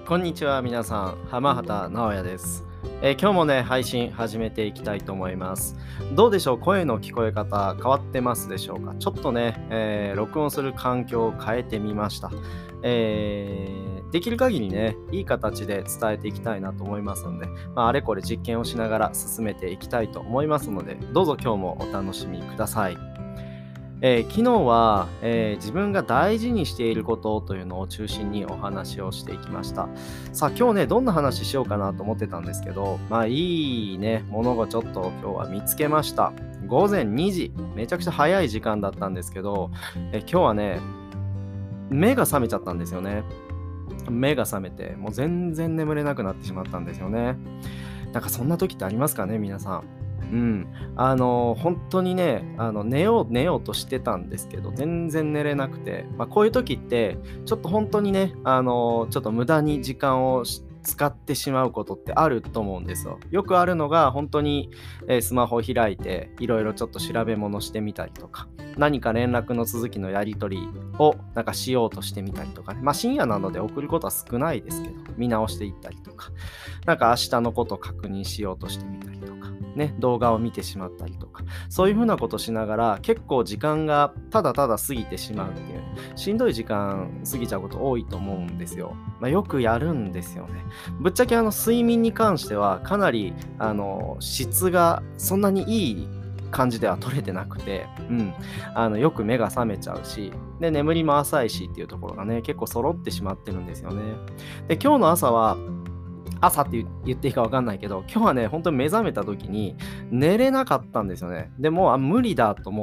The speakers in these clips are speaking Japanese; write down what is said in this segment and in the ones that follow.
こんにちは皆さん、浜畑直也です。今日もね、配信始めていきたいと思います。どうでしょう、声の聞こえ方変わってますでしょうか。ちょっとね、録音する環境を変えてみました。できる限りね、いい形で伝えていきたいなと思いますので、あれこれ実験をしながら進めていきたいと思いますので、どうぞ今日もお楽しみください。昨日は、自分が大事にしていることというのを中心にお話をしていきました。さあ今日ね、どんな話しようかなと思ってたんですけど、いいね、ものがちょっと今日は見つけました。午前2時、めちゃくちゃ早い時間だったんですけど、今日はね、目が覚めちゃったんですよね。目が覚めて、もう全然眠れなくなってしまったんですよね。なんかそんな時ってありますかね、皆さん。本当にね、寝ようとしてたんですけど、全然寝れなくて、こういう時って、ちょっと本当にね、ちょっと無駄に時間を使ってしまうことってあると思うんですよ。よくあるのが、本当に、スマホを開いて、いろいろちょっと調べ物してみたりとか、何か連絡の続きのやり取りをなんかしようとしてみたりとかね。深夜なので送ることは少ないですけど、見直していったりとか、なんか明日のことを確認しようとしてみたりとか。ね、動画を見てしまったりとか、そういうふうなことしながら結構時間がただただ過ぎてしまうっていう、しんどい時間過ぎちゃうこと多いと思うんですよ。よくやるんですよね。ぶっちゃけ睡眠に関してはかなり質がそんなにいい感じでは取れてなくて、よく目が覚めちゃうし、で眠りも浅いしっていうところがね結構揃ってしまってるんですよね。で今日の朝って言っていいか分かんないけど、今日はね、本当に目覚めた時に寝れなかったんですよね。でも無理だと思って、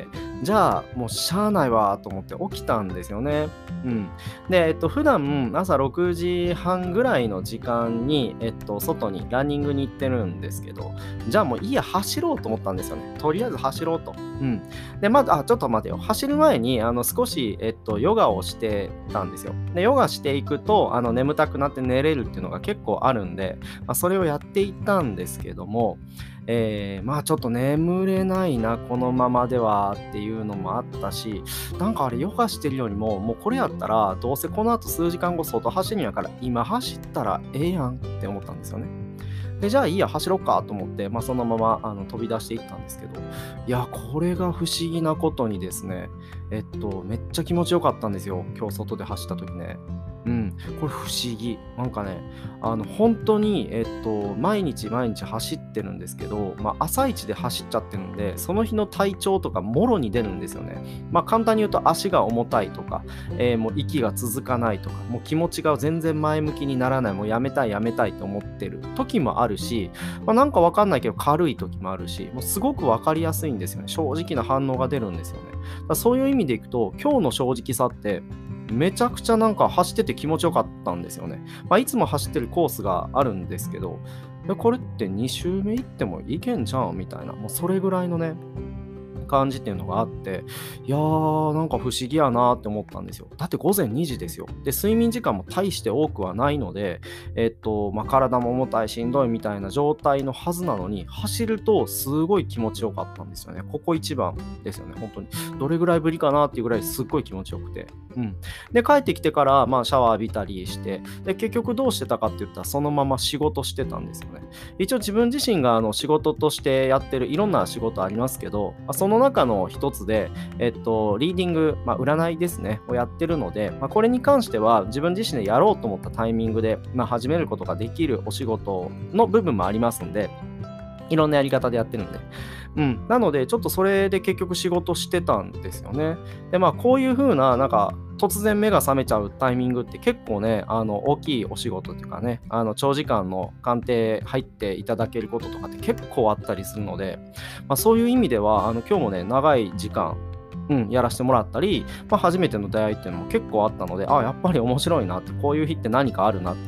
じゃあもうしゃあないわと思って起きたんですよね。で、普段朝6時半ぐらいの時間に、外にランニングに行ってるんですけど、じゃあもういいや、走ろうと思ったんですよね。とりあえず走ろうと。で、ちょっと待てよ。走る前に、少し、ヨガをしてたんですよ。で、ヨガしていくと、眠たくなって寝れるっていうのが結構あるんで、それをやっていったんですけども、ちょっと眠れないな、このままではっていうのもあったし、なんかあれ、ヨガしてるよりも、もうこれやったら、どうせこの後数時間後外走るんやから、今走ったらええやんって思ったんですよね。で、じゃあいいや、走ろっかと思って、そのまま飛び出していったんですけど、いや、これが不思議なことにですね、めっちゃ気持ちよかったんですよ。今日外で走った時ね。これ不思議。なんかね、本当に、毎日走ってるんですけど、朝一で走っちゃってるんで、その日の体調とかもろに出るんですよね。簡単に言うと足が重たいとか、もう息が続かないとか、もう気持ちが全然前向きにならない、もうやめたいと思ってる時もあるし、なんかわかんないけど軽い時もあるし、もうすごくわかりやすいんですよね。正直な反応が出るんですよね。そういう意味でいくと、今日の正直さって、めちゃくちゃなんか走ってて気持ちよかったんですよね。いつも走ってるコースがあるんですけど、これって2周目行ってもいけんじゃんみたいな、もうそれぐらいのね、感じっていうのがあって、いやーなんか不思議やなーって思ったんですよ。だって午前2時ですよ。で睡眠時間も大して多くはないので、体も重たいしんどいみたいな状態のはずなのに、走るとすごい気持ちよかったんですよね。ここ一番ですよね。本当にどれぐらいぶりかなっていうぐらいすっごい気持ちよくて、で帰ってきてからシャワー浴びたりして、で結局どうしてたかって言ったらそのまま仕事してたんですよね。一応自分自身が仕事としてやってるいろんな仕事ありますけど、その中の一つで、リーディング、占いですね、をやってるので、これに関しては自分自身でやろうと思ったタイミングで、始めることができるお仕事の部分もありますので、いろんなやり方でやってるんで。なので、ちょっとそれで結局仕事してたんですよね。で、こういう風な、なんか、突然目が覚めちゃうタイミングって結構ね、大きいお仕事というかね、長時間の鑑定入っていただけることとかって結構あったりするので、そういう意味では、今日もね、長い時間、やらせてもらったり、初めての出会いっていうのも結構あったので、やっぱり面白いなって、こういう日って何かあるなっていう風に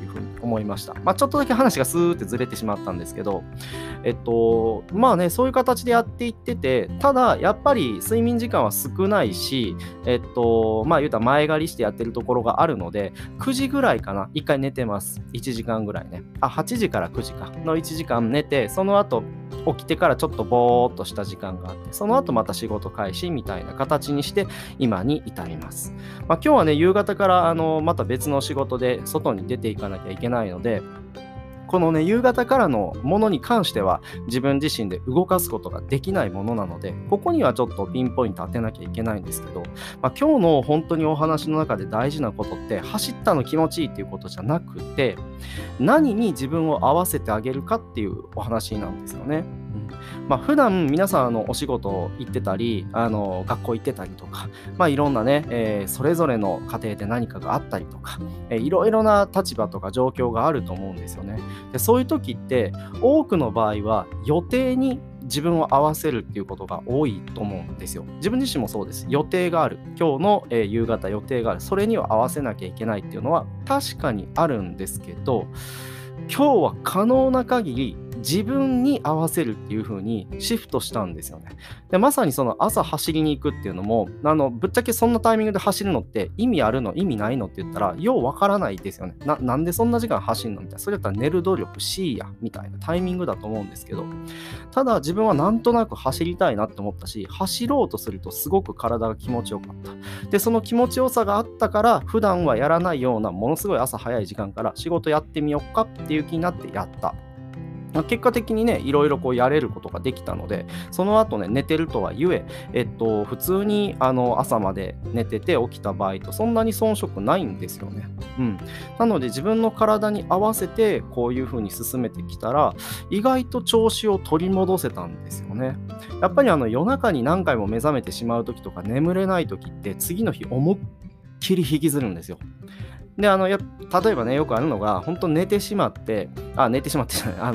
思いました。ちょっとだけ話がスーってずれてしまったんですけど、そういう形でやっていってて、ただやっぱり睡眠時間は少ないし、言うたら前借りしてやってるところがあるので、9時ぐらいかな、1回寝てます。1時間ぐらいね。8時から9時かの1時間寝て、その後起きてからちょっとぼーっとした時間があって、その後また仕事開始みたいな形にして今に至ります。今日はね、夕方からまた別の仕事で外に出ていかなきゃいけないので、このね、夕方からのものに関しては自分自身で動かすことができないものなので、ここにはちょっとピンポイント当てなきゃいけないんですけど、今日の本当にお話の中で大事なことって、走ったの気持ちいいっていうことじゃなくて、何に自分を合わせてあげるかっていうお話なんですよね。普段皆さんお仕事行ってたり、学校行ってたりとか、いろんなね、それぞれの家庭で何かがあったりとか、いろいろな立場とか状況があると思うんですよね。で、そういう時って多くの場合は予定に自分を合わせるっていうことが多いと思うんですよ。自分自身もそうです。予定がある。今日の、夕方予定がある。それには合わせなきゃいけないっていうのは確かにあるんですけど、今日は可能な限り自分に合わせるっていう風にシフトしたんですよね。で、まさにその朝走りに行くっていうのも、ぶっちゃけそんなタイミングで走るのって意味あるの意味ないのって言ったら、ようわからないですよね。なんでそんな時間走るのみたいな。それだったら寝る努力しいや、みたいなタイミングだと思うんですけど、ただ自分はなんとなく走りたいなって思ったし、走ろうとするとすごく体が気持ちよかった。で、その気持ちよさがあったから、普段はやらないようなものすごい朝早い時間から仕事やってみようかっていう気になってやった。結果的にね、いろいろやれることができたので、その後ね、寝てるとはいえ、普通に朝まで寝てて起きた場合とそんなに遜色ないんですよね。なので自分の体に合わせてこういう風に進めてきたら、意外と調子を取り戻せたんですよね。やっぱり夜中に何回も目覚めてしまう時とか眠れない時って次の日思いっきり引きずるんですよ。で、例えばね、よくあるのが、本当寝てしまってじゃない、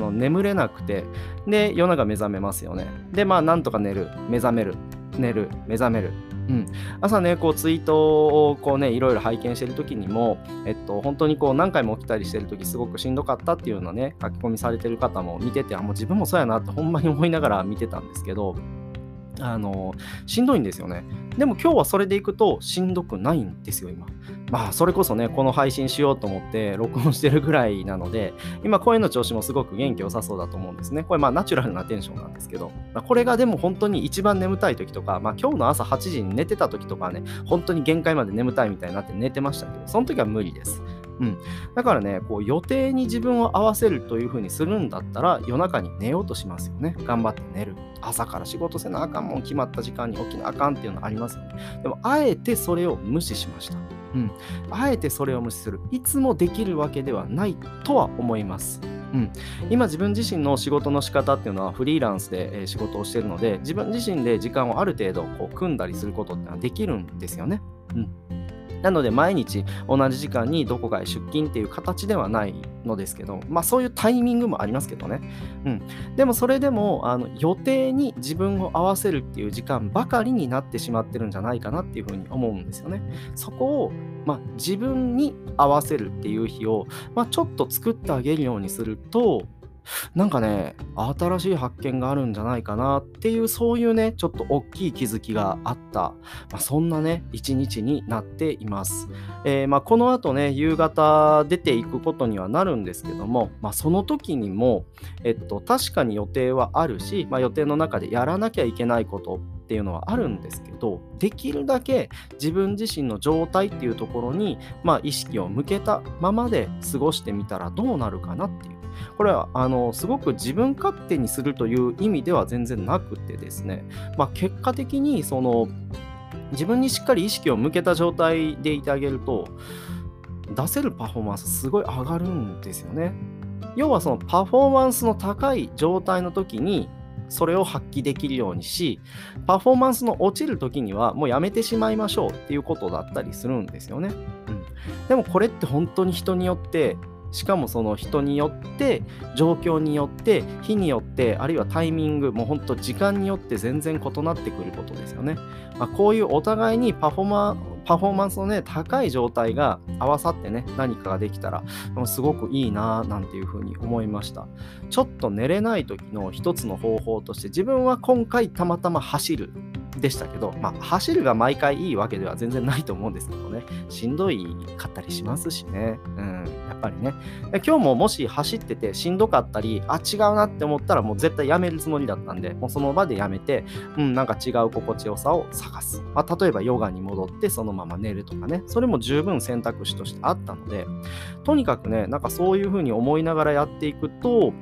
眠れなくて、で、夜中目覚めますよね。で、なんとか寝る、目覚める、寝る、目覚める。朝ね、ツイートをいろいろ拝見してる時にも、本当に何回も起きたりしてる時すごくしんどかったっていうようなね、書き込みされてる方も見てて、もう自分もそうやなってほんまに思いながら見てたんですけど、しんどいんですよね。でも今日はそれでいくとしんどくないんですよ、今。それこそね、この配信しようと思って録音してるぐらいなので、今声の調子もすごく元気良さそうだと思うんですね。これナチュラルなテンションなんですけど、これがでも本当に一番眠たい時とか、今日の朝8時に寝てた時とかはね、本当に限界まで眠たいみたいになって寝てましたけど、その時は無理です。だからね、予定に自分を合わせるという風にするんだったら、夜中に寝ようとしますよね。頑張って寝る。朝から仕事せなあかんもん、決まった時間に起きなあかんっていうのありますよね。でも、あえてそれを無視しました。あえてそれを無視する。いつもできるわけではないとは思います。今自分自身の仕事の仕方っていうのはフリーランスで仕事をしているので、自分自身で時間をある程度組んだりすることってのはできるんですよね。なので毎日同じ時間にどこかへ出勤っていう形ではないのですけど、そういうタイミングもありますけどね。でもそれでも予定に自分を合わせるっていう時間ばかりになってしまってるんじゃないかなっていうふうに思うんですよね。そこを自分に合わせるっていう日をちょっと作ってあげるようにすると、なんかね、新しい発見があるんじゃないかなっていう、そういうね、ちょっと大きい気づきがあった、そんなね、一日になっています。この後ね、夕方出ていくことにはなるんですけども、その時にも、確かに予定はあるし、予定の中でやらなきゃいけないことっていうのはあるんですけど、できるだけ自分自身の状態っていうところに、意識を向けたままで過ごしてみたらどうなるかなっていう。これはすごく自分勝手にするという意味では全然なくてですね、結果的に自分にしっかり意識を向けた状態でいてあげると、出せるパフォーマンスすごい上がるんですよね。要はそのパフォーマンスの高い状態の時にそれを発揮できるようにし、パフォーマンスの落ちる時にはもうやめてしまいましょうっていうことだったりするんですよね。でもこれって本当に人によって、しかもその人によって、状況によって、日によって、あるいはタイミング、もう本当時間によって全然異なってくることですよね。こういうお互いにパフォーパフォーマンスのね、高い状態が合わさってね、何かができたら、すごくいいな、なんていうふうに思いました。ちょっと寝れない時の一つの方法として、自分は今回たまたま走る。でしたけど、走るが毎回いいわけでは全然ないと思うんですけどね、しんどいかったりしますしね、やっぱりね。今日ももし走っててしんどかったり、違うなって思ったらもう絶対やめるつもりだったんで、もうその場でやめて、なんか違う心地よさを探す。例えばヨガに戻ってそのまま寝るとかね、それも十分選択肢としてあったので、とにかくね、なんかそういうふうに思いながらやっていくと、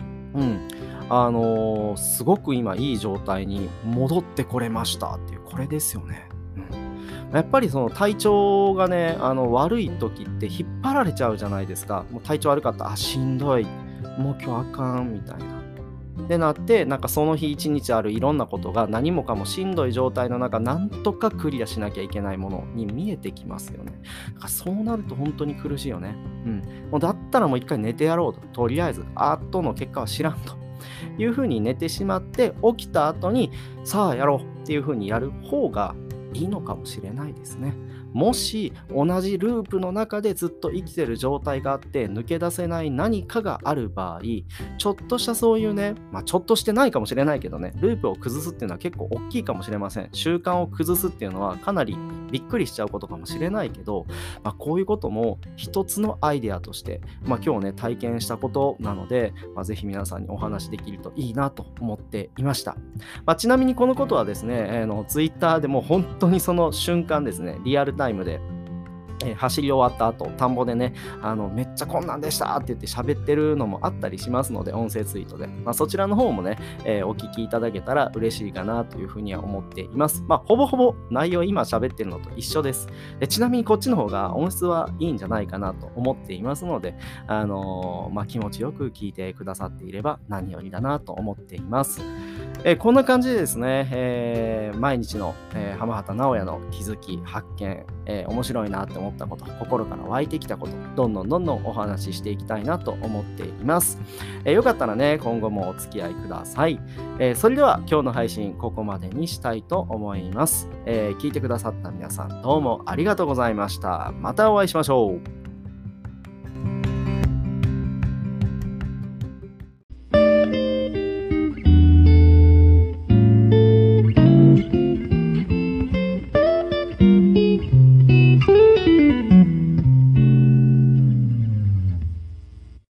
すごく今いい状態に戻ってこれましたっていう、これですよね。やっぱりその体調がね、悪い時って引っ張られちゃうじゃないですか。もう体調悪かった、しんどい、もう今日あかんみたいな。ってなって、なんかその日一日あるいろんなことが何もかもしんどい状態の中、なんとかクリアしなきゃいけないものに見えてきますよね。だからそうなると本当に苦しいよね。もうだったらもう一回寝てやろうと。とりあえず、後の結果は知らんと。いうふうに寝てしまって起きた後にさあやろうっていうふうにやる方がいいのかもしれないですね。もし同じループの中でずっと生きてる状態があって抜け出せない何かがある場合、ちょっとしたそういうね、ちょっとしてないかもしれないけどね、ループを崩すっていうのは結構大きいかもしれません。習慣を崩すっていうのはかなりびっくりしちゃうことかもしれないけど、こういうことも一つのアイデアとして、今日ね体験したことなので、ぜひ皆さんにお話できるといいなと思っていました。ちなみにこのことはですね、ツイッターでも本当にその瞬間ですね、リアルタイムで走り終わった後、田んぼでね、めっちゃこんなんでしたって言って喋ってるのもあったりしますので、音声ツイートで。そちらの方もね、お聞きいただけたら嬉しいかなというふうには思っています。ほぼほぼ内容今喋ってるのと一緒です。ちなみにこっちの方が音質はいいんじゃないかなと思っていますので、気持ちよく聞いてくださっていれば何よりだなと思っています。こんな感じでですね、毎日の、浜畑直也の気づき、発見、面白いなって思ったこと、心から湧いてきたこと、どんどんお話ししていきたいなと思っています。よかったらね、今後もお付き合いください。それでは今日の配信、ここまでにしたいと思います。聞いてくださった皆さん、どうもありがとうございました。またお会いしましょう。